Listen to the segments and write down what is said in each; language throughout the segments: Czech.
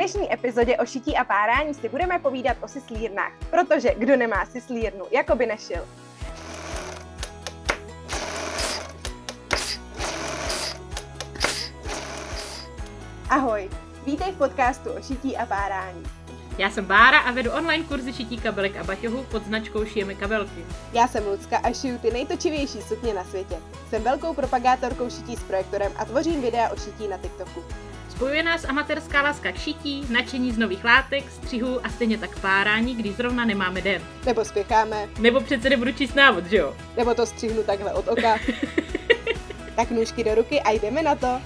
dnešní epizodě o šití a párání si budeme povídat o sislírnách, protože kdo nemá sislírnu, jako by nešil. Ahoj, vítej v podcastu o šití a párání. Já jsem Bára a vedu online kurzy šití kabelek a baťohů pod značkou Šijeme kabelky. Já jsem Lucka a šiju ty nejtočivější sukně na světě. Jsem velkou propagátorkou šití s projektorem a tvořím videa o šití na TikToku. Spojuje nás amatérská láska k šití, nadšení z nových látek, střihů a stejně tak párání, když zrovna nemáme den. Nebo spěcháme. Nebo přece nebudu číst návod, že jo? Nebo to střihnu takhle od oka. Tak nůžky do ruky a jdeme na to.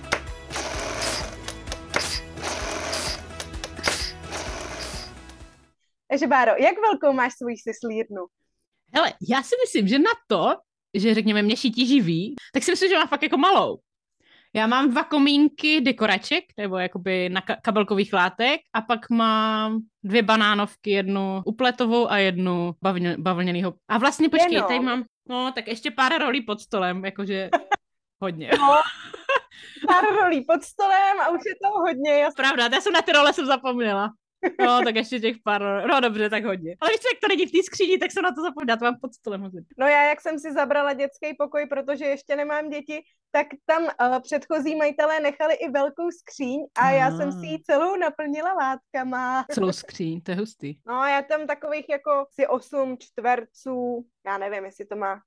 Takže Báro, jak velkou máš svůj sislírnu? Hele, já si myslím, že na to, že řekněme mě šití živí, tak si myslím, že mám fakt jako malou. Já mám 2 komínky dekoraček, nebo jakoby na kabelkových látek, a pak mám 2 banánovky, jednu upletovou a jednu bavlněnýho. A vlastně počkej, tady mám, no tak ještě pár rolí pod stolem, jakože hodně. No, pár rolí pod stolem a už je toho hodně. Pravda, já jsem na ty role zapomněla. No, tak ještě těch pár, no dobře, tak hodně. Ale víš co, jak to není v té skříni, tak jsem na to zapomněla, to mám pod stolem hodně. No já, jak jsem si zabrala dětský pokoj, protože ještě nemám děti, tak tam předchozí majitelé nechali i velkou skříň a já jsem si ji celou naplnila látkama. Celou skříň, to je hustý. No já tam takových jako si 8 čtverců, já nevím, jestli to má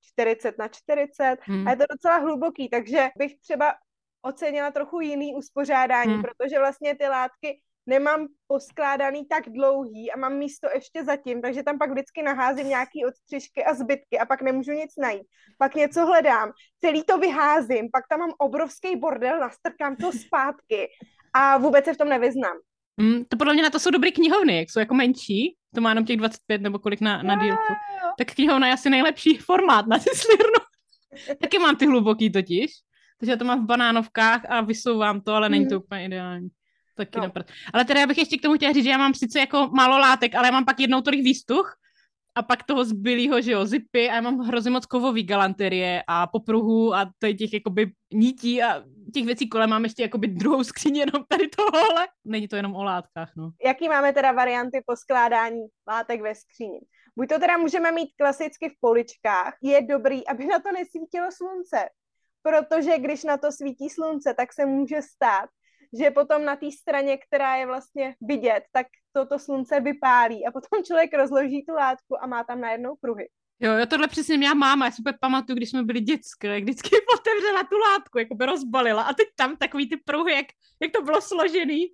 40x40 a je to docela hluboký, takže bych třeba ocenila trochu jiný uspořádání, protože vlastně ty látky nemám poskládaný tak dlouhý a mám místo ještě zatím, takže tam pak vždycky naházím nějaký odstřižky a zbytky a pak nemůžu nic najít. Pak něco hledám, celý to vyházím, pak tam mám obrovský bordel, nastrkám to zpátky a vůbec se v tom nevyznám. To podle mě na to jsou dobrý knihovny, jak jsou jako menší, to má jenom těch 25 nebo kolik na dílku, tak knihovna je asi nejlepší formát na sislírnu. Taky mám ty hluboký totiž, takže já to mám v banánovkách a vysouvám to, ale není to úplně ideální. Taky ale teda já bych ještě k tomu chtěla říct, že já mám sice jako málo látek, ale já mám pak jednou tolik výstuch a pak toho zbylýho, že jo, zipy a já mám hrozně moc kovový galanterie a popruhů a těch jakoby nítí a těch věcí kolem mám ještě jakoby druhou skříň jenom tady tohle. Není to jenom o látkách, no. Jaký máme teda varianty poskládání látek ve skříni? Buď to teda můžeme mít klasicky v poličkách, je dobrý, aby na to nesvítilo slunce, protože když na to svítí slunce, tak se může stát, že potom na té straně, která je vlastně vidět, tak toto slunce vypálí a potom člověk rozloží tu látku a má tam najednou pruhy. Jo, tohle přesně měla máma, já si úplně pamatuju, když jsme byli dětské, jak vždycky otevřela tu látku, jako by rozbalila a teď tam takový ty pruhy, jak to bylo složený,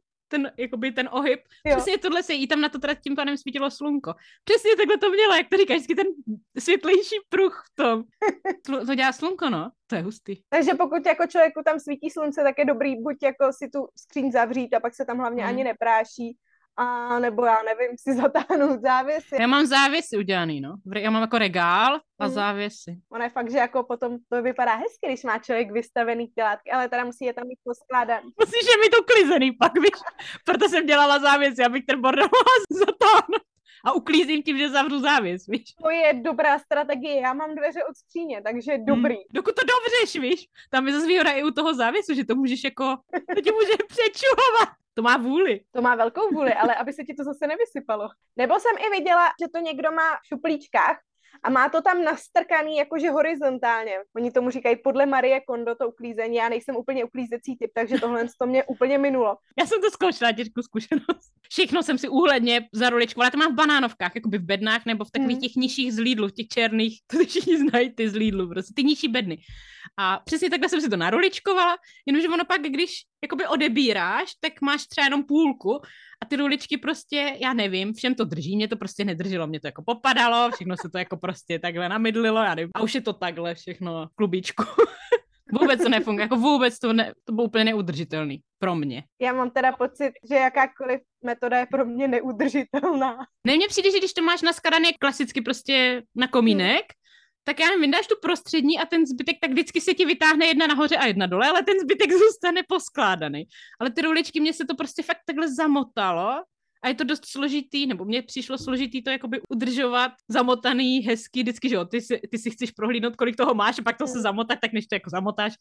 ten ohyb. Jo. Přesně tohle se jí tam na to teda tím pádem svítilo slunko. Přesně takhle to měla, jak to říkáš, vždycky ten světlejší pruh v tom. To dělá slunko, no. To je hustý. Takže pokud jako člověku tam svítí slunce, tak je dobrý buď jako si tu skříň zavřít a pak se tam hlavně ani nepráší, a nebo já nevím, si zatáhnout závěsy. Já mám závěsy udělaný, no. Já mám jako regál a závěsy. Ono je fakt, že jako potom to vypadá hezky, když má člověk vystavený ty látky, ale teda musí je tam mít poskládaný. Musíš je mít uklizený pak, víš. Proto jsem dělala závěsy, abych ten bordel mohla zatáhnout. A uklízím tím, že zavřu závěs, víš. To je dobrá strategie, já mám dveře od skříně, takže dobrý. Dokud to dovřeš, víš. Tam je zase výhoda i u toho závěsu, že to můžeš jako, to ti může přečuhovat. To má vůli. To má velkou vůli, ale aby se ti to zase nevysypalo. Nebo jsem i viděla, že to někdo má v šuplíčkách a má to tam nastrkaný jakože horizontálně. Oni tomu říkají podle Marie Kondo to uklízení. Já nejsem úplně uklízecí typ, takže tohle to mě úplně minulo. Já jsem to zkoušela, těžkou zkušenost. Všechno jsem si úhledně zaruličkovala. To mám v banánovkách, jakoby v bednách nebo v takových těch nižších z Lidlu, v těch černých, to všichni znají ty z Lidlu, prostě ty nižší bedny. A přesně takhle jsem si to naruličkovala, jenomže ono pak, když jakoby odebíráš, tak máš třeba jenom půlku a ty ruličky prostě, já nevím, všem to drží, mě to prostě nedrželo, mě to jako popadalo, všechno se to jako prostě takhle namydlilo, já nevím, a už je to takhle všechno v klubíčku. Vůbec to nefunguje, jako vůbec to bylo úplně neudržitelný pro mě. Já mám teda pocit, že jakákoliv metoda je pro mě neudržitelná. Ne, mně přijde, že když to máš naskládaný klasicky prostě na komínek, tak já nevím, vyndáš tu prostřední a ten zbytek, tak vždycky se ti vytáhne jedna nahoře a jedna dole, ale ten zbytek zůstane poskládaný. Ale ty ruličky, mně se to prostě fakt takhle zamotalo a je to dost složitý, nebo mně přišlo složitý to jakoby udržovat zamotaný hezky, vždycky, že jo, ty si chceš prohlídnout, kolik toho máš a pak to se zamotat, tak než to jako zamotáš,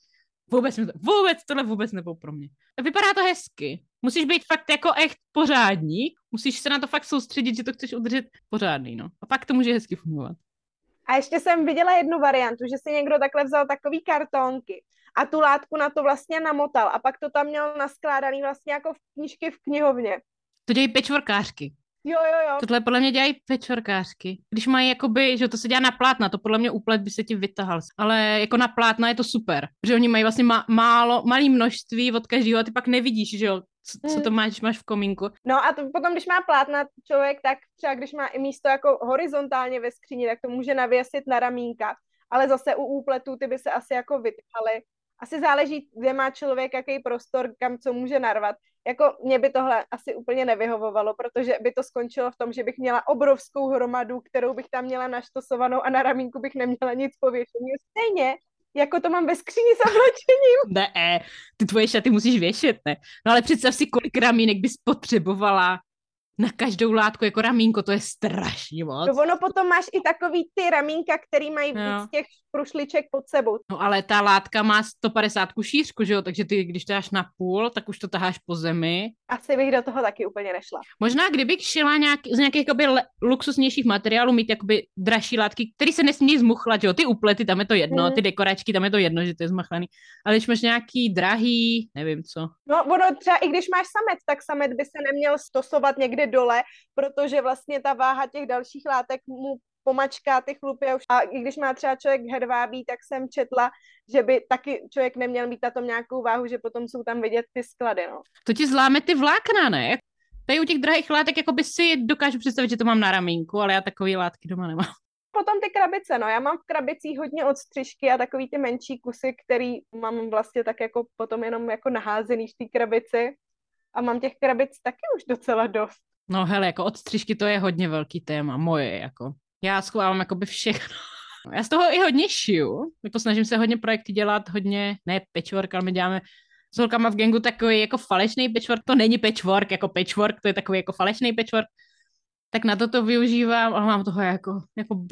tohle vůbec nebylo pro mě. Vypadá to hezky. Musíš být fakt jako echt pořádník, musíš se na to fakt soustředit, že to chceš udržet pořádný, no. A pak to může hezky fungovat. A ještě jsem viděla jednu variantu, že si někdo takhle vzal takový kartonky a tu látku na to vlastně namotal a pak to tam měl naskládaný vlastně jako v knížky v knihovně. To dělají patchworkářky. Jo. Tohle podle mě dělají patchworkářky. Když mají jakoby, že to se dělá na plátna, to podle mě úplet by se ti vytahal. Ale jako na plátna je to super, protože oni mají vlastně malý množství od každého a ty pak nevidíš, že jo, co to máš v komínku. No a to potom, když má plátna člověk, tak třeba když má i místo jako horizontálně ve skříni, tak to může navěsit na ramínka. Ale zase u úpletů ty by se asi jako vytrhaly. Asi záleží, kde má člověk, jaký prostor, kam co může narvat. Jako mě by tohle asi úplně nevyhovovalo, protože by to skončilo v tom, že bych měla obrovskou hromadu, kterou bych tam měla naštosovanou a na ramínku bych neměla nic pověšeného. Stejně, jako to mám ve skříni s oblečením. Ne, ty tvoje šaty musíš věšet, ne? No ale představ si, kolik ramínek bys potřebovala na každou látku jako ramínko, to je strašně moc. No ono potom máš i takový ty ramínka, který mají víc těch prušliček pod sebou. No ale ta látka má 150 šířku, že jo, takže ty, když to dáš na půl, tak už to taháš po zemi. Asi bych do toho taky úplně nešla. Možná kdybych šila z nějakých jakoby luxusnějších materiálů, mít jakoby dražší látky, které se nesmí zmuchlat, že jo, ty uplety, tam je to jedno, ty dekoračky, tam je to jedno, že to je zmachlaný. Ale když máš nějaký drahý, nevím co. No ono třeba i když máš samet, tak samet by se neměl stosovat někde dole, protože vlastně ta váha těch dalších látek mu pomačká ty chlupy. A i když má třeba člověk hedvábí, tak jsem četla, že by taky člověk neměl mít na tom nějakou váhu, že potom jsou tam vidět ty sklady, no. To ti zláme ty vlákna, ne? Tady u těch drahých látek jako by si dokážu představit, že to mám na ramínku, ale já takový látky doma nemám. Potom ty krabice, no, já mám v krabicích hodně odstřižky a takový ty menší kusy, který mám vlastně tak jako potom jenom jako naházený v té krabici a mám těch krabic taky už docela dost. No hele, jako odstřižky to je hodně velký téma, moje jako. Já schovávám jakoby všechno. Já z toho i hodně šiju, jako snažím se hodně projekty dělat, hodně, ne patchwork, ale my děláme s holkama v gangu takový jako falešný patchwork, to není patchwork, jako patchwork, to je takový jako falešný patchwork, tak na to využívám, ale mám toho jako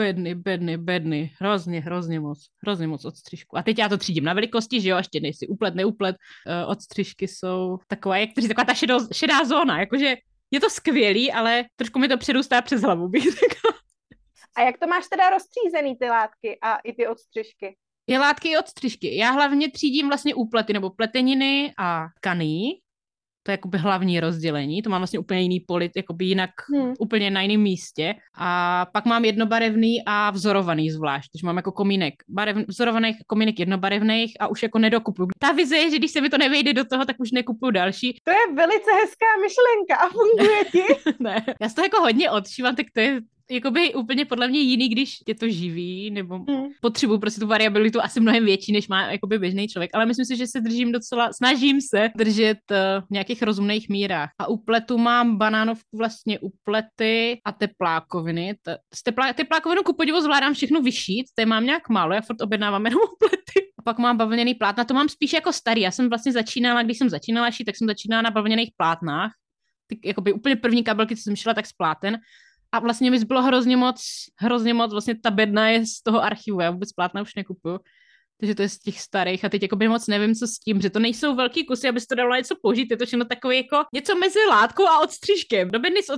bedny, hrozně moc odstřižku. A teď já to třídím na velikosti, že jo, ještě nejsi uplet, neuplet, odstřižky jsou taková ta šedá zóna, jakože je to skvělý, ale trošku mi to předůstá přes hlavu, bych řekla. A jak to máš teda rozstřízený ty látky a i ty odstřižky? Je látky i odstřižky. Já hlavně třídím vlastně úplety nebo pleteniny a tkaný. To je jakoby hlavní rozdělení. To mám vlastně úplně jiný polit, jakoby jinak úplně na jiném místě. A pak mám jednobarevný a vzorovaný zvlášť. Takže mám jako komínek vzorovaných, komínek jednobarevných a už jako nedokupuju. Ta vize je, že když se mi to nevejde do toho, tak už nekupuju další. To je velice hezká myšlenka a funguje ti? Ne, já z toho jako hodně odšívám, tak to je jakoby úplně podle mě jiný, když je to živý, nebo potřebuji prostě tu variabilitu asi mnohem větší, než má jakoby běžný člověk, ale myslím si, že se snažím se držet v nějakých rozumných mírách. A u pletu mám banánovku vlastně uplety a teplákoviny. Teplákovinu ku podivu zvládám všechno vyšít, tady mám nějak málo, já furt objednávám jenom uplety. A pak mám bavlněný plátna, to mám spíš jako starý. Já jsem vlastně když jsem začínala šít, tak jsem začínala na bavlněných plátnách. Jakoby úplně první kabelky, co jsem šila, tak z pláten. A vlastně mi zbylo hrozně moc, vlastně ta bedna je z toho archivu, já vůbec plátna už nekupuju, takže to je z těch starých a teď jakoby moc nevím, co s tím, že to nejsou velký kusy, aby se to dalo něco použít, je to všechno takový jako něco mezi látkou a odstřižkem. Do bedny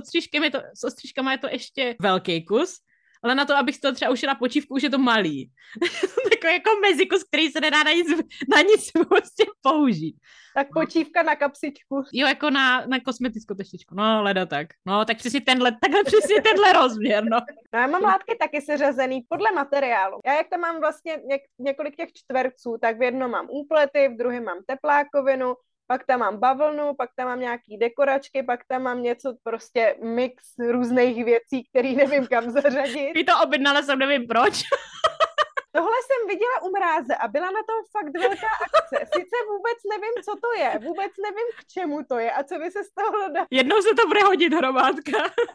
s odstřižkama je to ještě velký kus, ale na to, abych to třeba ušila počívku, už je to malý. Takový jako mezikus, který se nedá na nic prostě použít. Tak počívka na kapsičku. Jo, jako na kosmetickou teštičku. No, leda tak. No, tak přesně tenhle rozměr, no. No, já mám látky taky seřazený podle materiálu. Já jak tam mám vlastně několik těch čtverců, tak v jednom mám úplety, v druhém mám teplákovinu, pak tam mám bavlnu, pak tam mám nějaký dekoračky, pak tam mám něco prostě mix různých věcí, který nevím kam zařadit. Ty to objednala, jsem nevím proč. Tohle jsem viděla u Mráze a byla na tom fakt velká akce. Sice vůbec nevím, co to je, vůbec nevím, k čemu to je a co by se z toho dalo. Jednou se to bude hodit hromádka.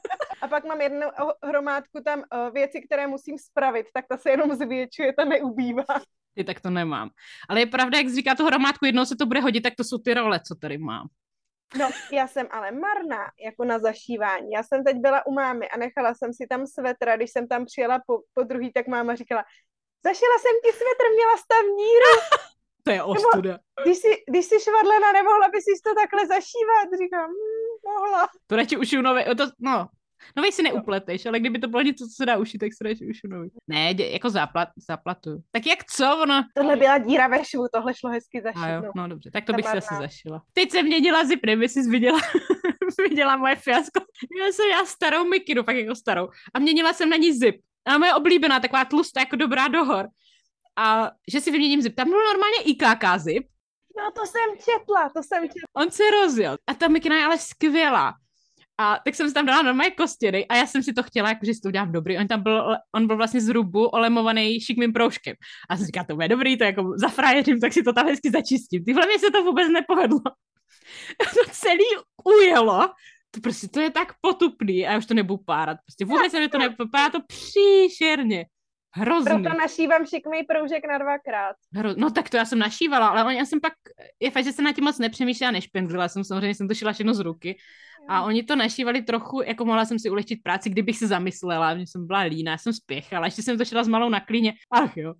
A pak mám jednu hromádku tam věci, které musím spravit, tak ta se jenom zvětšuje, ta neubývá. Tak to nemám. Ale je pravda, jak říká tu hromádku, jednou se to bude hodit, tak to jsou ty role, co tady mám. No, já jsem ale marná jako na zašívání. Já jsem teď byla u mámy a nechala jsem si tam svetra, když jsem tam přijela po druhý, tak máma říkala, zašila jsem ti svetr, měla stav díru. To je ostuda. Když jsi švadlena, nemohla bys si to takhle zašívat? Říkám, mohla. To radši ušiju nový, novej si neupleteš, ale kdyby to bylo něco, co se dá ušít, tak se radši ušiju nový. Ne, jako zaplatu. Tak jak co, ono? Tohle byla díra ve švu, tohle šlo hezky zašít. No dobře, tak to bych si asi zašila. Teď jsem měnila zip, nevím, jestli jsi viděla moje fiasko. Já jsem starou mikinu, fakt jako starou. A měnila jsem na ní zip. A moje oblíbená, taková tlustá, jako dobrá dohor. A že si vyměním zip. Tam byl normálně IKK zip. No to jsem četla. On se rozjel. A ta mikina je ale skvělá. A tak jsem si tam dala normálně kostěny a já jsem si to chtěla, jakože si to udělám dobrý. On byl vlastně z rubu olemovaný šikmým proužkem. A já jsem říkala, to bude dobrý, to jako zafrajeřím, tak si to tam hezky začistím. Tyhle mě se to vůbec nepovedlo. To celý ujelo. To prostě to je tak potupný a já už to nebudu párat. Prostě vůbec se mi to nepopárá, to příšerně. Hrozný. Proto našívám šikmý proužek na 2x. No tak to já jsem našívala, ale já jsem pak, je fakt, že jsem na tím moc nepřemýšlela, nešpendlila jsem, samozřejmě jsem to šila všechno z ruky. A oni to našívali trochu, jako mohla jsem si ulehčit práci, kdybych si zamyslela, že jsem byla líná, já jsem spěchala, ještě jsem to šila s malou na klíně. Ach jo,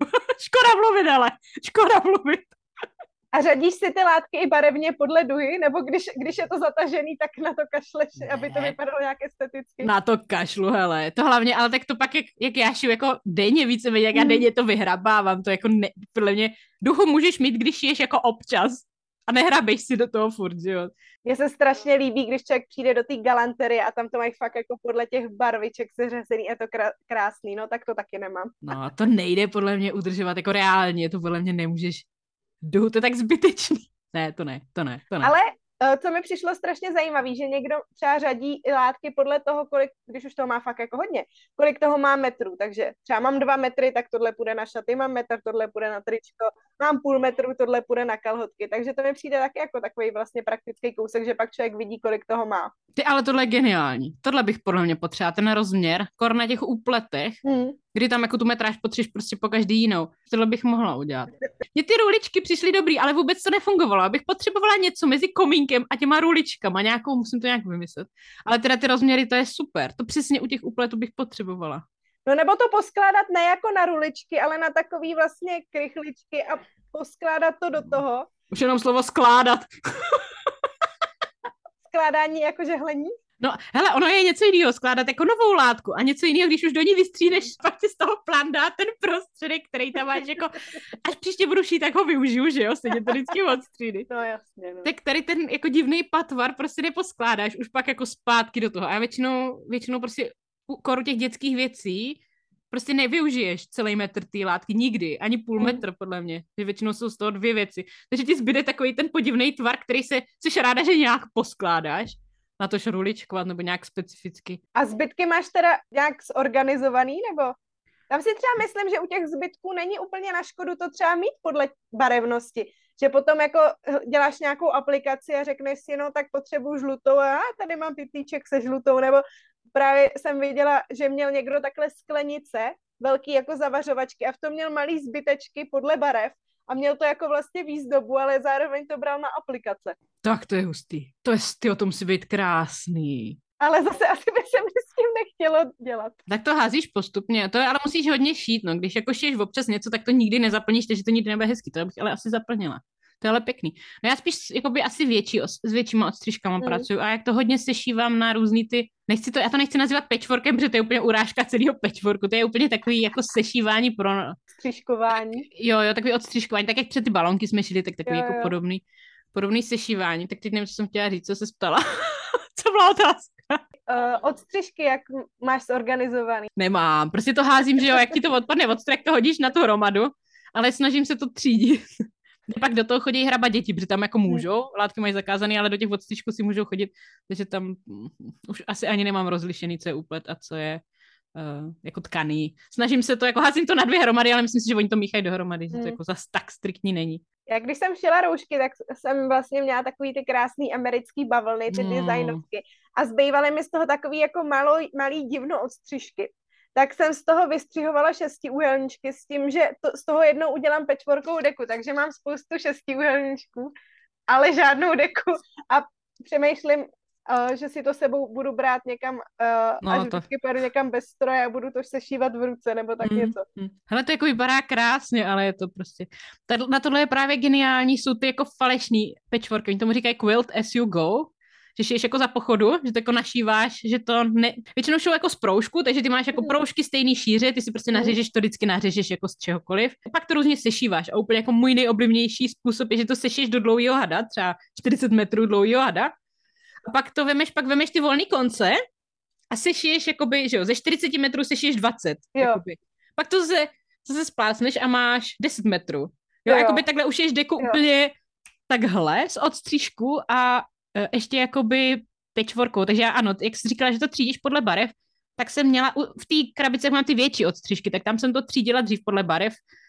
škoda mluvit. A řadíš si ty látky i barevně podle duhy, nebo když je to zatažený, tak na to kašleš, aby to vypadalo nějak esteticky? Na to kašlu, hele. To hlavně, ale tak to pak, jak já šiju jako denně víceméně, jak já denně to vyhrabávám, to jako podle mě duhu můžeš mít, když šiješ jako občas a nehrabeš si do toho furt, jo. Mně se strašně líbí, když člověk přijde do té galanterie a tam to mají fakt jako podle těch barviček seřazený a to krásný, no tak to taky nemám. No to nejde podle mě udržovat jako reálně, to podle mě nemůžeš. Duhu, to je tak zbytečný. Ne, to ne. Ale co mi přišlo strašně zajímavý, že někdo třeba řadí látky podle toho, kolik, když už toho má fakt jako hodně, kolik toho má metrů, takže třeba mám 2 metry, tak tohle půjde na šaty, mám metr, tohle půjde na tričko, mám půl metru, tohle půjde na kalhotky, takže to mi přijde taky jako takový vlastně praktický kousek, že pak člověk vidí, kolik toho má. Ale tohle je geniální. Tohle bych podle mě potřebovala, ten rozměr, kor na těch úpletech, kdy tam jako tu metráž potřebuješ prostě po každý jinou. Tohle bych mohla udělat. Mně ty ruličky přišly dobrý, ale vůbec to nefungovalo. Abych potřebovala něco mezi komínkem a těma ruličkama, musím to nějak vymyslet. Ale teda ty rozměry, to je super. To přesně u těch úpletů bych potřebovala. No nebo to poskládat ne jako na ruličky, ale na takový vlastně krychličky a poskládat to do toho. Už jenom slovo skládat. Skládání jako žehlení? No, hele, ono je něco jiného, skládat jako novou látku a něco jiného, když už do ní vystřídeš, pak ti z toho plán dá ten prostředek, který tam máš jako, až příště budu šít, tak ho využiju, že jo, stejně to vždycky odstřídy. No jasně, no. Tak tady ten jako divný patvar prostě neposkládáš už pak jako zpátky do toho a já většinou prostě u koru těch dětských věcí prostě nevyužiješ celý metr té látky nikdy, ani půl metr podle mě, že většinou jsou z toho 2 věci. Takže ti zbyde takový ten podivný tvar, který jsi ráda, že nějak poskládáš, na to šruličkovat nebo nějak specificky. A zbytky máš teda nějak zorganizovaný, nebo? Tam si třeba myslím, že u těch zbytků není úplně na škodu to třeba mít podle barevnosti. Že potom jako děláš nějakou aplikaci a řekneš si, no tak potřebuju žlutou a tady mám pytlíček se žlutou, nebo právě jsem viděla, že měl někdo takhle sklenice, velký jako zavařovačky a v tom měl malý zbytečky podle barev a měl to jako vlastně výzdobu, ale zároveň to bral na aplikace. Tak to je hustý. O tom musí být krásný. Ale zase asi by se mi s tím nechtělo dělat. Tak to házíš postupně, ale musíš hodně šít, no. Když jako šiješ občas něco, tak to nikdy nezaplníš, takže to nikdy nebude hezký, to bych ale asi zaplnila. To je ale pěkný. No já spíš jakoby asi s většíma odstřižkama pracuju a jak to hodně sešívám na různý ty, já to nechci nazývat patchworkem, protože to je úplně urážka celého patchworku, to je úplně takový jako sešívání pro... Střižkování. Jo, takový odstřižkování, tak jak před ty balonky jsme šili, tak takový jako podobný sešívání. Tak teď nevím, co jsem chtěla říct, co se ptala. Co byla otázka? Odstřižky, jak máš zorganizovaný? Nemám, prostě to házím, že jo, jak ti to odpadne od jak to hodíš na tu hromadu, ale snažím se to třídit. Pak do toho chodí hrabat děti, protože tam jako můžou, látky mají zakázané, ale do těch odstřižků si můžou chodit, takže tam už asi ani nemám rozlišený, co je úplet a co je jako tkaný. Snažím se to, jako házím to na 2 hromady, ale myslím si, že oni to míchají dohromady, že to jako zase tak striktní není. Jak když jsem šila roušky, tak jsem vlastně měla takový ty krásný americký bavlny, ty designovky a zbývaly mi z toho takový jako malý divno odstřižky. Tak jsem z toho vystřihovala 6úhelníčky s tím, že z toho jednou udělám patchworkovou deku, takže mám spoustu 6úhelníčků, ale žádnou deku a přemýšlím, že si to sebou budu brát někam, až vždycky pojedu někam bez stroje a budu to sešívat v ruce, nebo tak něco. Hele, to jako vypadá krásně, ale je to prostě... Na tohle je právě geniální, jsou ty jako falešný patchworky, oni tomu říkají quilt as you go, že šiješ jako za pochodu, že to jako našíváš, že to většinou šou jako z proužku, takže ty máš jako proužky stejný šíře, ty si prostě nařežeš, to vždycky nařežeš jako z čehokoliv. A pak to různě sešíváš a úplně jako můj nejoblíbenější způsob je, že to sešíš do dlouhého hada, třeba 40 metrů dlouhého hada. A pak to vemeš ty volný konce a sešiješ jakoby, že jo, ze 40 metrů sešiješ 20. Jakoby. Pak to se splácneš a máš 10 metrů. Jo, jakoby takhle ušiješ deku úplně takhle z odstřížku a ještě jakoby patchworkou. Takže já ano, jak jsi říkala, že to třídíš podle barev, tak jsem měla, v té krabici mám ty větší odstřížky, tak tam jsem to třídila dřív podle barev.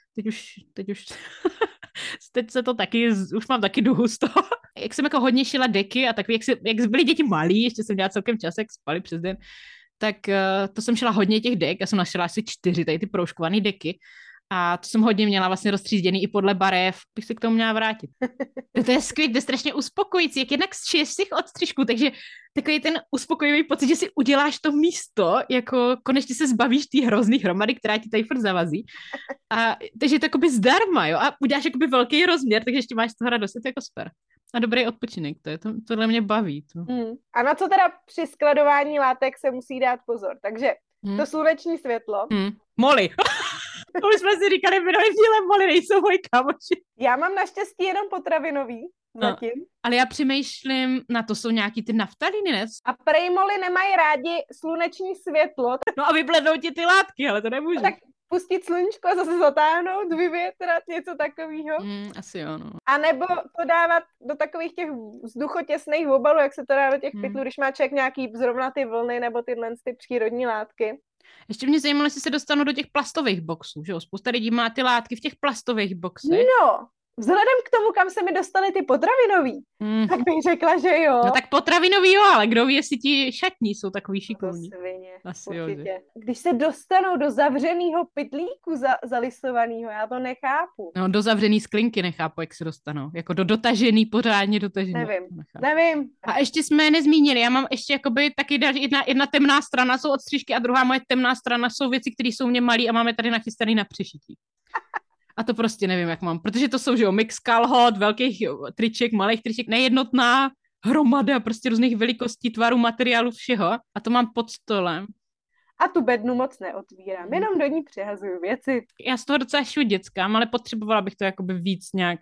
Teď se to taky, už mám taky duhu z toho. Jak jsem jako hodně šila deky a takový, jak byly děti malí, ještě jsem dělala celkem čas, jak spali přes den, tak to jsem šila hodně těch dek, já jsem našla asi 4 tady ty proužkované deky a to jsem hodně měla vlastně roztřízděný i podle barev, bych se k tomu měla vrátit. To je skvělé, to je strašně uspokojící, jak jednak šiješ z těch odstřižků, takže takový ten uspokojivý pocit, že si uděláš to místo, jako konečně se zbavíš té hrozný hromady, která ti tady furt zavazí. A takže je to jakoby zdarma, jo, a uděláš jakoby velký rozměr, takže ještě máš z toho radost, je to jako super. A dobrý odpočinek, tohle mě baví. To. A na co teda při skladování látek se musí dát pozor, takže to sluneční světlo. Moly. To už jsme si říkali, minulý díle moly nejsou moji kámoši. Já mám naštěstí jenom potravinový zatím. Ale já přemýšlím, na to jsou nějaký ty naftaliny, ne? A prej moly nemají rádi sluneční světlo. No a vyblednou ti ty látky, ale to nemůžu. Tak pustit sluníčko a zase zatáhnout, vyvětrat, něco takového. Asi jo, no. A nebo to dávat do takových těch vzduchotěsných obalů, jak se to dá do těch pytlů, když má člověk nějaký zrovna ty vlny nebo tyhle ty přírodní látky. Ještě mě zajímalo, jestli se dostanu do těch plastových boxů, že jo? Spousta lidí má ty látky v těch plastových boxech. No, vzhledem k tomu, kam se mi dostaly ty potravinový, tak bych řekla, že jo. No tak potravinový jo, ale kdo ví, jestli ti šatní jsou takový šikovní. To svině, asi určitě. Jo, když se dostanou do zavřeného pytlíku zalisovaného, já to nechápu. No, do zavřený sklinky nechápu, jak se dostanou. Jako do dotažený, pořádně dotažený. Nevím. A ještě jsme nezmínili, já mám ještě jakoby taky jedna temná strana jsou odstřížky a druhá moje temná strana jsou věci, které jsou mě malý a máme tady nachystaný na přešití. A to prostě nevím, jak mám, protože to jsou, že jo, mix kalhot, velkých triček, malých triček, nejednotná hromada prostě různých velikostí, tvarů, materiálu, všeho. A to mám pod stolem. A tu bednu moc neotvírám, jenom do ní přihazuju věci. Já z toho docela šiju dětskám, ale potřebovala bych to jakoby víc nějak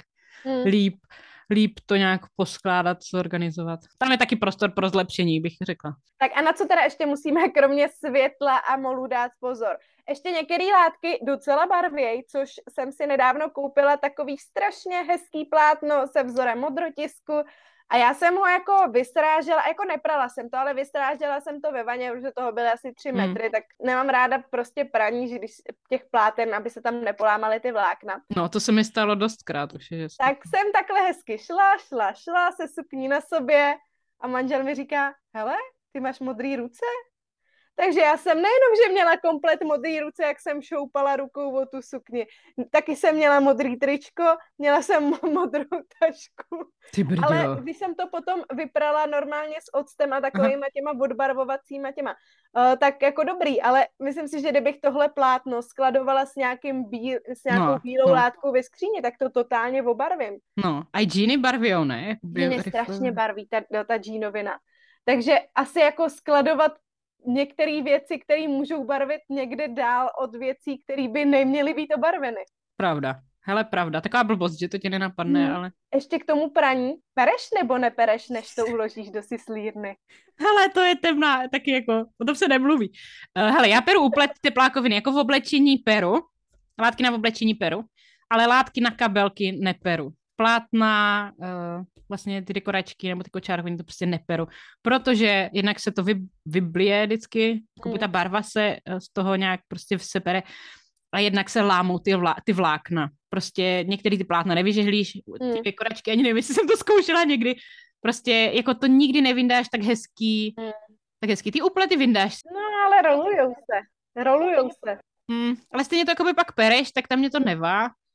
líp to nějak poskládat, zorganizovat. Tam je taky prostor pro zlepšení, bych řekla. Tak a na co teda ještě musíme kromě světla a molů dát pozor? Ještě některé látky docela barvěj, což jsem si nedávno koupila, takový strašně hezký plátno se vzorem modrotisku a já jsem ho jako vystrážela, jako neprala jsem to, ale vystrážela jsem to ve vaně, protože toho byly asi 3 metry, tak nemám ráda prostě praní, že když těch pláten, aby se tam nepolámaly ty vlákna. No, to se mi stalo dostkrát už. Že... Tak jsem takhle hezky šla se sukní na sobě a manžel mi říká, hele, ty máš modrý ruce? Takže já jsem nejenom, že měla komplet modrý ruce, jak jsem šoupala rukou o tu sukni, taky jsem měla modrý tričko, měla jsem modrou tašku. Ale když jsem to potom vyprala normálně s octem a takovýma těma odbarvovacíma těma, tak jako dobrý, ale myslím si, že kdybych tohle plátno skladovala s nějakou bílou látkou ve skříni, tak to totálně obarvím. No, a i džíny barvijou, ne? Džíny strašně barví, ta džínovina. Takže asi jako skladovat některé věci, které můžou barvit někde dál od věcí, které by neměly být obarveny. Pravda. Hele, pravda. Taková blbost, že to tě nenapadne, ale... Ještě k tomu praní. Pereš nebo nepereš, než to uložíš do syslírny? Hele, to je temná, taky jako, o tom se nemluví. Hele, já peru úplet teplákoviny, jako v oblečení peru, látky na oblečení peru, ale látky na kabelky neperu. Plátna, vlastně ty dekoračky nebo ty kočárkoviny to prostě neperu, protože jednak se to vyblije vždycky, ta barva se z toho nějak prostě sepere a jednak se lámou ty vlákna. Prostě některý ty plátna nevyžehlíš, ty dekoračky, ani nevím, jestli jsem to zkoušela někdy, prostě jako to nikdy nevyndáš tak hezký, ty úplety vyndáš. No ale rolujou se. Ale stejně to jakoby pak pereš, tak tam mě to nevá.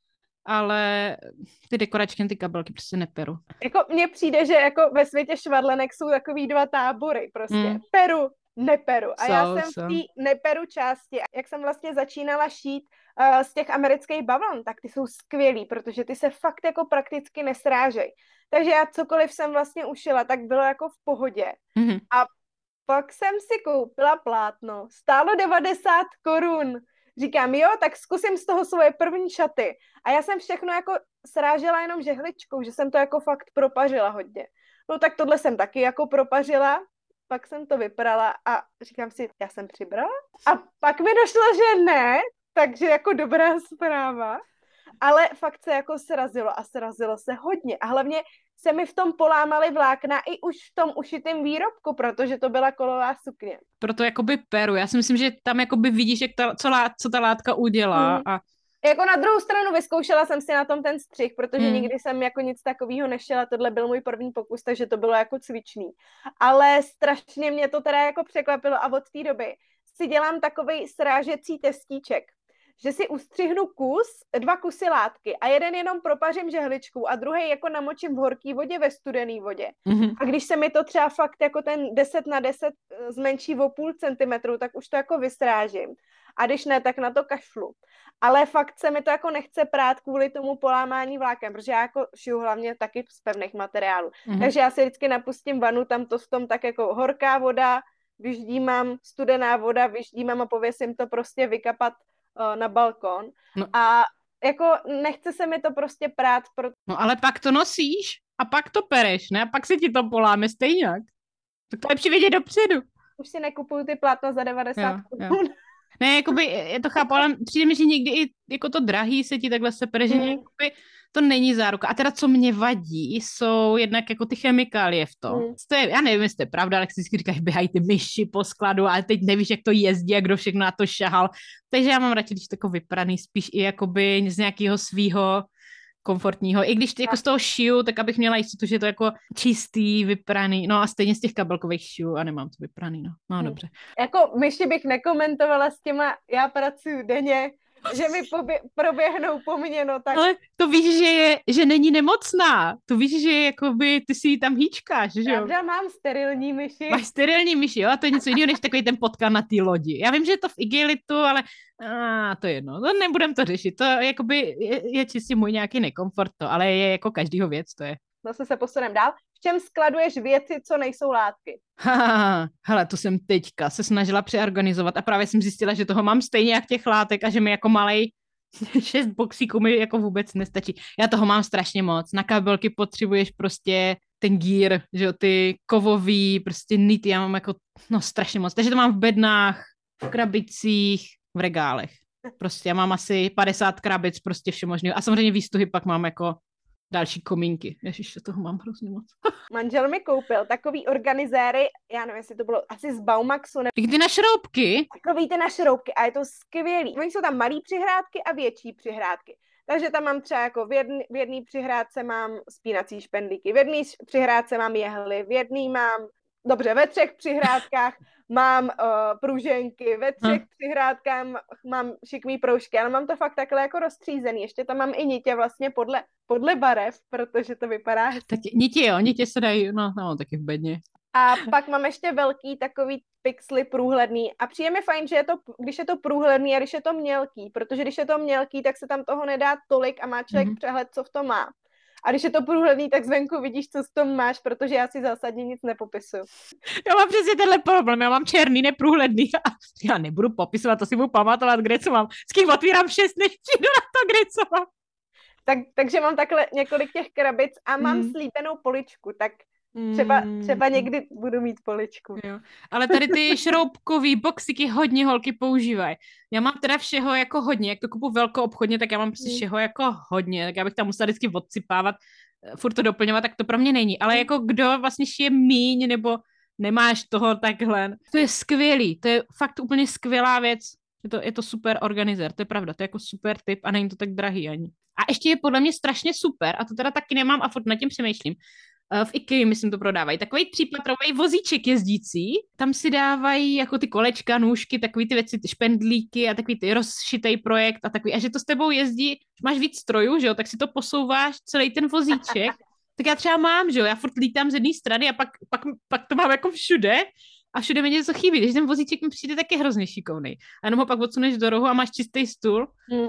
ale ty dekoračky, ty kabelky prostě neperu. Jako mně přijde, že jako ve světě švadlenek jsou takový dva tábory prostě. Peru, neperu. A já jsem v té neperu části. Jak jsem vlastně začínala šít z těch amerických bavln, tak ty jsou skvělý, protože ty se fakt jako prakticky nesrážej. Takže já cokoliv jsem vlastně ušila, tak bylo jako v pohodě. A pak jsem si koupila plátno. Stálo 90 korun. Říkám, jo, tak zkusím z toho svoje první šaty. A já jsem všechno jako srážela jenom žehličkou, že jsem to jako fakt propařila hodně. No tak tohle jsem taky jako propařila, pak jsem to vyprala a říkám si, já jsem přibrala? A pak mi došlo, že ne, takže jako dobrá zpráva. Ale fakt se jako srazilo a srazilo se hodně. A hlavně se mi v tom polámaly vlákna i už v tom ušitém výrobku, protože to byla kolová sukně. Proto jakoby peru. Já si myslím, že tam jakoby vidíš, jak co ta látka udělá. A... Jako na druhou stranu vyzkoušela jsem si na tom ten střih, protože nikdy jsem jako nic takového nešila. Tohle byl můj první pokus, takže to bylo jako cvičný. Ale strašně mě to teda jako překvapilo a od té doby si dělám takovej srážecí testíček, že si ustřihnu dva kusy látky a jeden jenom propařím žehličkou a druhý jako namočím v horké vodě, ve studené vodě. A když se mi to třeba fakt jako ten 10x10 zmenší o půl centimetru, tak už to jako vysrážím. A když ne, tak na to kašlu. Ale fakt se mi to jako nechce prát kvůli tomu polámání vlákem, protože já jako šiju hlavně taky z pevných materiálů. Takže já si vždycky napustím vanu, tam to v tom tak jako horká voda, vyždímám, studená voda, vyždímám a pověsím to prostě vykapat na balkon. No. A jako nechce se mi to prostě prát. No ale pak to nosíš a pak to pereš, ne? A pak se ti to poláme stejně. Tak to je lepší vědět dopředu. Už si nekupuju ty plátna za 90 korun. Ne, jakoby, já to chápu, ale přijde mi, že někdy i jako to drahý se ti takhle sepere, že jakoby, to není záruka. A teda, co mě vadí, jsou jednak jako ty chemikálie v tom. To je, já nevím, jestli to je pravda, ale si říkají, běhají ty myši po skladu, ale teď nevíš, jak to jezdí a kdo všechno na to šahal. Takže já mám radši, když to jako vypraný, spíš i jakoby z nějakého svýho komfortního. I když jako z toho šiju, tak abych měla jistotu, že je to jako čistý, vypraný. No a stejně z těch kabelkových šiju a nemám to vypraný, no dobře. Jako myši bych nekomentovala s těma, já pracuji denně, že mi proběhnou po mně, no tak... Ale to víš, že není nemocná. To víš, že jakoby ty si ji tam hýčkáš, že jo? Pravda, mám sterilní myši. Máš sterilní myši, jo? A to je něco jiného, než takový ten potkan na té lodi. Já vím, že je to v igelitu, ale to je jedno. To nebudem to řešit. To jakoby je čistě můj nějaký nekomfort, ale je jako každýho věc, to je. Zase se posunem dál. V čem skladuješ věci, co nejsou látky? Hele, to jsem teďka se snažila přeorganizovat a právě jsem zjistila, že toho mám stejně jak těch látek a že mi jako malej 6 boxíků mi jako vůbec nestačí. Já toho mám strašně moc. Na kabelky potřebuješ prostě ten gír, že jo, ty kovový, prostě nity, já mám jako, strašně moc. Takže to mám v bednách, v krabicích, v regálech. Prostě já mám asi 50 krabic prostě všemožného. A samozřejmě výstuhy pak mám jako další komínky. Ježiš, toho mám hrozně moc. Manžel mi koupil takový organizéry, já nevím, jestli to bylo asi z Baumaxu. Ty na šroubky? Takový ty na šroubky a je to skvělý. Oni jsou tam malý přihrádky a větší přihrádky. Takže tam mám třeba jako v jedné přihrádce mám spínací špendlíky, v jedné přihrádce mám jehly, v jedné mám, dobře, ve 3 přihrádkách mám pruženky, ve 3 přihrádkách mám šikmý proužky, ale mám to fakt takhle jako rozstřízený. Ještě tam mám i nitě vlastně podle barev, protože to vypadá hezky. Tak nitě se dají, no taky v bedně. A pak mám ještě velký takový pixely průhledný a přijde mi fajn, že je to, když je to průhledný a když je to mělký, protože když je to mělký, tak se tam toho nedá tolik a má člověk přehled, co v tom má. A když je to průhledný, tak zvenku vidíš, co v tom máš, protože já si zásadně nic nepopisuju. Já mám přesně tenhle problém, já mám černý, neprůhledný a já nebudu popisovat, to si budu pamatovat, kde co mám. S kým otvírám 6, než přijdu na to, kde co mám. Takže mám takhle několik těch krabic a mám slíbenou poličku, tak třeba někdy budu mít poličku. Jo. Ale tady ty šroubkový boxíky hodně holky používají. Já mám teda všeho jako hodně, jak to kupu velkou obchodně, tak já mám prostě všeho jako hodně, tak já bych tam musela vždycky odsypávat, furt to doplňovat, tak to pro mě není. Ale jako kdo vlastně šije míň, nebo nemáš toho takhle, to je skvělý, to je fakt úplně skvělá věc. Je to super organizér, to je pravda, to je jako super tip a není to tak drahý ani. A ještě je podle mě strašně super, a to teda taky nemám a furt nad tím přemýšlím, v IKEA, myslím, to prodávají, takový 3patrový vozíček jezdící, tam si dávají jako ty kolečka, nůžky, takový ty věci, ty špendlíky a takový ty rozšitej projekt a takový, a že to s tebou jezdí, máš víc strojů, že jo, tak si to posouváš celý ten vozíček, tak já třeba mám, že jo, já furt lítám z jedné strany a pak to mám jako všude a všude mi něco chybí, takže ten vozíček mi přijde taky hrozně šikovný. A jenom ho pak odsuneš do rohu a máš čistý stůl.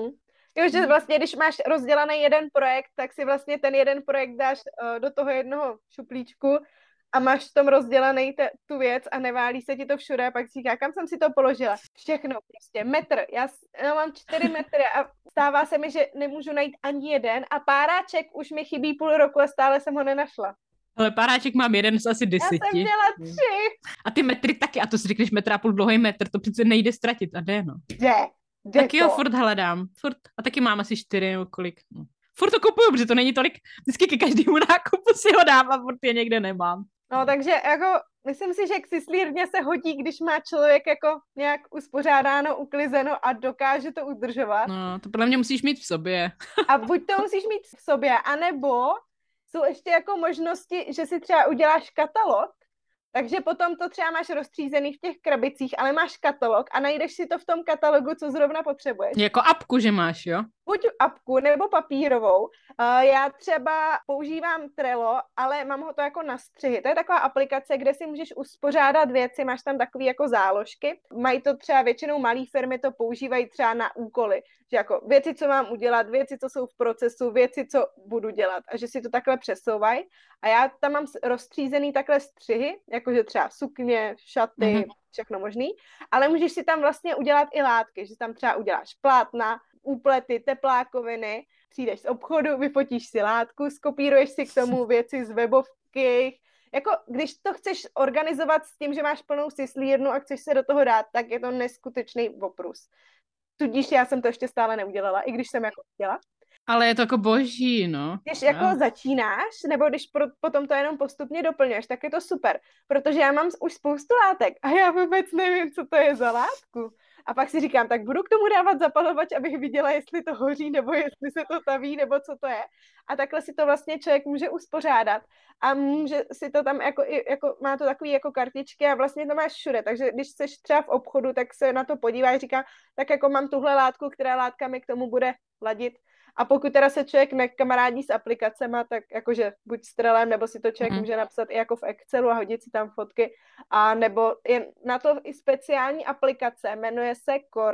Jo, že vlastně, když máš rozdělaný jeden projekt, tak si vlastně ten jeden projekt dáš do toho jednoho šuplíčku a máš v tom rozdělaný tu věc a neválí se ti to všude a pak si říká, kam jsem si to položila. Všechno prostě, metr. Já mám 4 metry a stává se mi, že nemůžu najít ani jeden a páráček už mi chybí půl roku a stále jsem ho nenašla. Ale páráček mám jeden z asi 10. Já jsem měla 3. A ty metry taky, a to si řekneš 1,5 dlouhý metr, to přece nejde ztratit, a jde, no. Jde taky to. Jo, furt hledám, a taky mám asi 4 nebo kolik, no. Furt to kupuju, protože to není tolik, vždycky ke každému nákupu si ho dám a furt je někde nemám. No, takže jako, myslím si, že k syslírně se hodí, když má člověk jako nějak uspořádáno, uklizeno a dokáže to udržovat. No, to podle mě musíš mít v sobě. A buď to musíš mít v sobě, anebo jsou ještě jako možnosti, že si třeba uděláš katalog, takže potom to třeba máš rozstřízený v těch krabicích, ale máš katalog a najdeš si to v tom katalogu, co zrovna potřebuješ. Jako apku, že máš, jo? Buď apku, nebo papírovou. Já třeba používám Trello, ale mám ho to jako na střihy. To je taková aplikace, kde si můžeš uspořádat věci, máš tam takové jako záložky. Mají to třeba většinou malé firmy, to používají třeba na úkoly. Že jako věci, co mám udělat, věci, co jsou v procesu, věci, co budu dělat. A že si to takhle přesouvají. A já tam mám rozstřízený takhle střihy, jakože třeba sukně, šaty, všechno možný. Ale můžeš si tam vlastně udělat i látky, že tam třeba uděláš plátna, úplety, teplákoviny, přijdeš z obchodu, vyfotíš si látku, skopíruješ si k tomu věci z webovky. Jako, když to chceš organizovat s tím, že máš plnou syslírnu a chceš se do toho dát, tak je to neskutečný oprus. Tudíž já jsem to ještě stále neudělala, i když jsem jako chtěla. Ale je to jako boží, no. Když jako začínáš, nebo když potom to jenom postupně doplňuješ, tak je to super, protože já mám už spoustu látek a já vůbec nevím, co to je za látku. A pak si říkám, tak budu k tomu dávat zapalovač, abych viděla, jestli to hoří, nebo jestli se to taví, nebo co to je. A takhle si to vlastně člověk může uspořádat a může si to tam jako má to takový jako kartičky a vlastně to máš všude. Takže když jsi třeba v obchodu, tak se na to podíváš, říká, tak jako mám tuhle látku, která látka mi k tomu bude ladit. A pokud teda se člověk nekamarádí s aplikacema, tak jakože buď s Trellem, nebo si to člověk může napsat i jako v Excelu a hodit si tam fotky, a nebo je na to i speciální aplikace, jmenuje se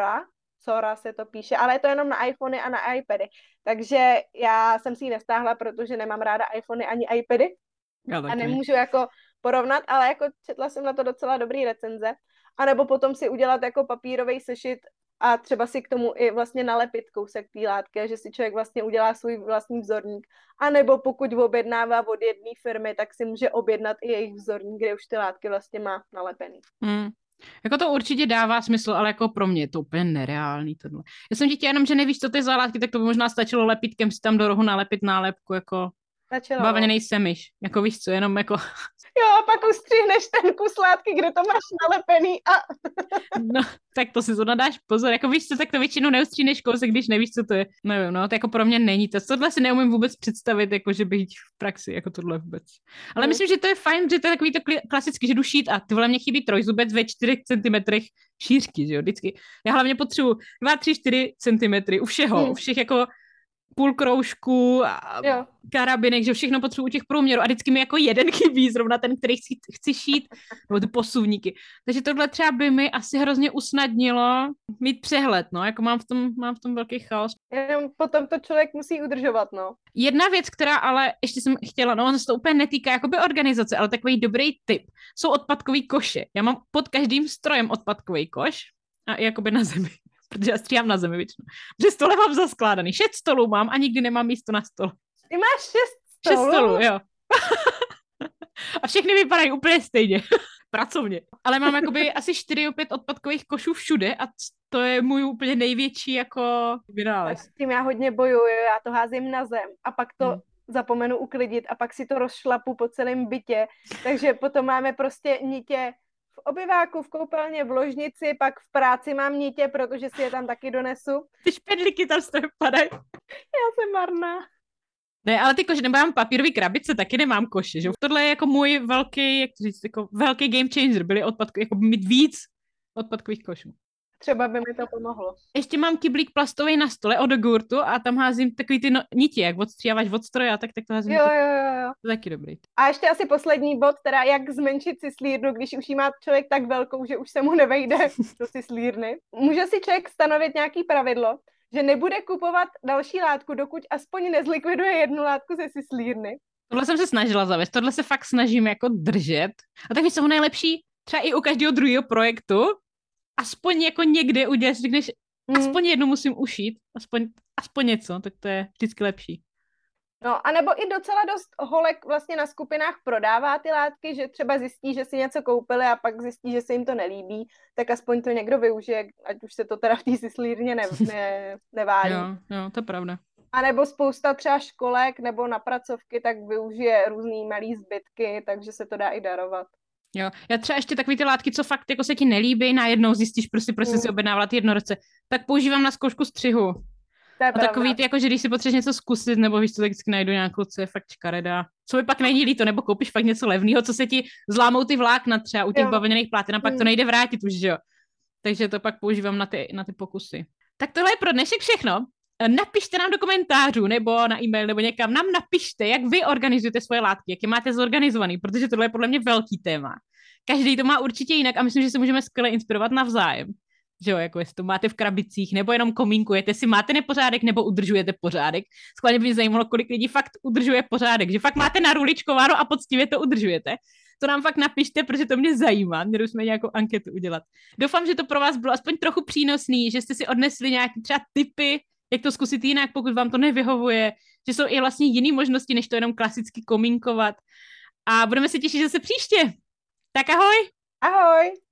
Cora se to píše, ale je to jenom na iPhony a na iPady. Takže já jsem si ji nestáhla, protože nemám ráda iPhony ani iPady a nemůžu jako porovnat, ale jako četla jsem na to docela dobrý recenze. A nebo potom si udělat jako papírový sešit a třeba si k tomu i vlastně nalepit kousek té látky, že si člověk vlastně udělá svůj vlastní vzorník. A nebo pokud objednává od jedné firmy, tak si může objednat i jejich vzorník, kde už ty látky vlastně má nalepený. Jako to určitě dává smysl, ale jako pro mě je to úplně nereálný tohle. Já jsem ti chtěla jenom, že nevíš, co ty za látky, tak to by možná stačilo lepítkem si tam do rohu nalepit nálepku, jako bavlněnej semiš, jako víš co, jenom jako... Jo, a pak ustřihneš ten kus látky, kde to máš nalepený a... No, tak to si to nadáš pozor, jako víš co, tak to většinou neustřihneš kousek, když nevíš, co to je. Nevím, no, to jako pro mě není to. Tohle si neumím vůbec představit, jako že být v praxi, jako tohle vůbec. Ale myslím, že to je fajn, že to je takový to klasicky, že jdu šít a ty vole, mě chybí trojzubec ve 4 cm šířky, že jo, vždycky. Já hlavně potřebuji 2, 3, 4 cm u všeho, u všech jako půl kroužku a karabinek, že všechno potřebuji u těch průměrů a vždycky mi jako jeden chybí, zrovna ten, který chci šít, nebo ty posuvníky. Takže tohle třeba by mi asi hrozně usnadnilo mít přehled, no, jako mám v tom velký chaos. Jenom potom to člověk musí udržovat, no. Jedna věc, která ale ještě jsem chtěla, no, on se to úplně netýká jakoby organizace, ale takový dobrý tip, jsou odpadkový koše. Já mám pod každým strojem odpadkový koš a i jakoby na zemi. Protože já stříhám na zemi většinou. Protože stole mám zaskládaný. 6 stolů mám a nikdy nemám místo na stole. Ty máš 6 stolů? 6 stolů, jo. A všechny vypadají úplně stejně. Pracovně. Ale mám jakoby asi 4-5 odpadkových košů všude a to je můj úplně největší jako vynález. S tím já hodně bojuju, já to házím na zem a pak to zapomenu uklidit a pak si to rozšlapu po celém bytě. Takže potom máme prostě nitě v obyváku, v koupelně, v ložnici, pak v práci mám nitě, protože si je tam taky donesu. Ty špendlíky tam z toho padají. Já jsem marná. Ne, ale ty koše, nebo já mám papírový krabice, taky nemám koše, že? Tohle je jako můj velký, jak to říct, jako velký game changer, byly odpadky, jako mít víc odpadkových košů. Třeba by mi to pomohlo. Ještě mám kyblík plastový na stole od jogurtu a tam házím takový ty niti, jak odstříháváš od stroje a tak to házím. Jo. To taky dobrý. A ještě asi poslední bod, teda jak zmenšit cislírnu, když už jí má člověk tak velkou, že už se mu nevejde do cislírny. Může si člověk stanovit nějaký pravidlo, že nebude kupovat další látku, dokud aspoň nezlikviduje jednu látku ze cislírny. Tohle jsem se snažila zavést, tohle se fakt snažím jako držet. A tak víš, co nejlepší, třeba i u každého druhého projektu, aspoň jako někde uděláš, řekneš, aspoň jednu musím ušít, aspoň něco, tak to je vždycky lepší. No, anebo i docela dost holek vlastně na skupinách prodává ty látky, že třeba zjistí, že si něco koupili a pak zjistí, že se jim to nelíbí, tak aspoň to někdo využije, ať už se to teda v té cislírně neválí. Jo, to je pravda. A nebo spousta třeba školek nebo na pracovky, tak využije různý malý zbytky, takže se to dá i darovat. Jo, já třeba ještě takový ty látky, co fakt jako se ti nelíbí, najednou zjistíš prostě si objednávat jednoroce, tak používám na zkoušku střihu. A takový ty, jako že když si potřebuješ něco zkusit, nebo víš co, tak vždycky najdu nějakou, co je fakt škaredá. Co mi pak není líto, nebo koupíš fakt něco levného, co se ti zlámou ty vlákna třeba u těch bavlněných pláten a pak to nejde vrátit už, že jo. Takže to pak používám na ty pokusy. Tak tohle je pro dnešek všechno. Napište nám do komentářů nebo na e-mail nebo někam, nám napište, jak vy organizujete svoje látky, jak je máte zorganizovaný, protože tohle je podle mě velký téma. Každý to má určitě jinak a myslím, že se můžeme skvěle inspirovat navzájem. Že jo, jako jestli to máte v krabicích, nebo jenom komínkujete, si máte nepořádek, nebo udržujete pořádek. Skvěle by mě zajímalo, kolik lidí fakt udržuje pořádek, že fakt máte naruličkováno a poctivě to udržujete. To nám fakt napište, protože to mě zajímá. Měli jsme nějakou anketu udělat. Doufám, že to pro vás bylo aspoň trochu přínosný, že jste si odnesli nějaké třeba tipy, jak to zkusit jinak, pokud vám to nevyhovuje, že jsou i vlastně jiné možnosti, než to jenom klasicky komínkovat. A budeme se těšit, že se příště. Tak ahoj! Ahoj!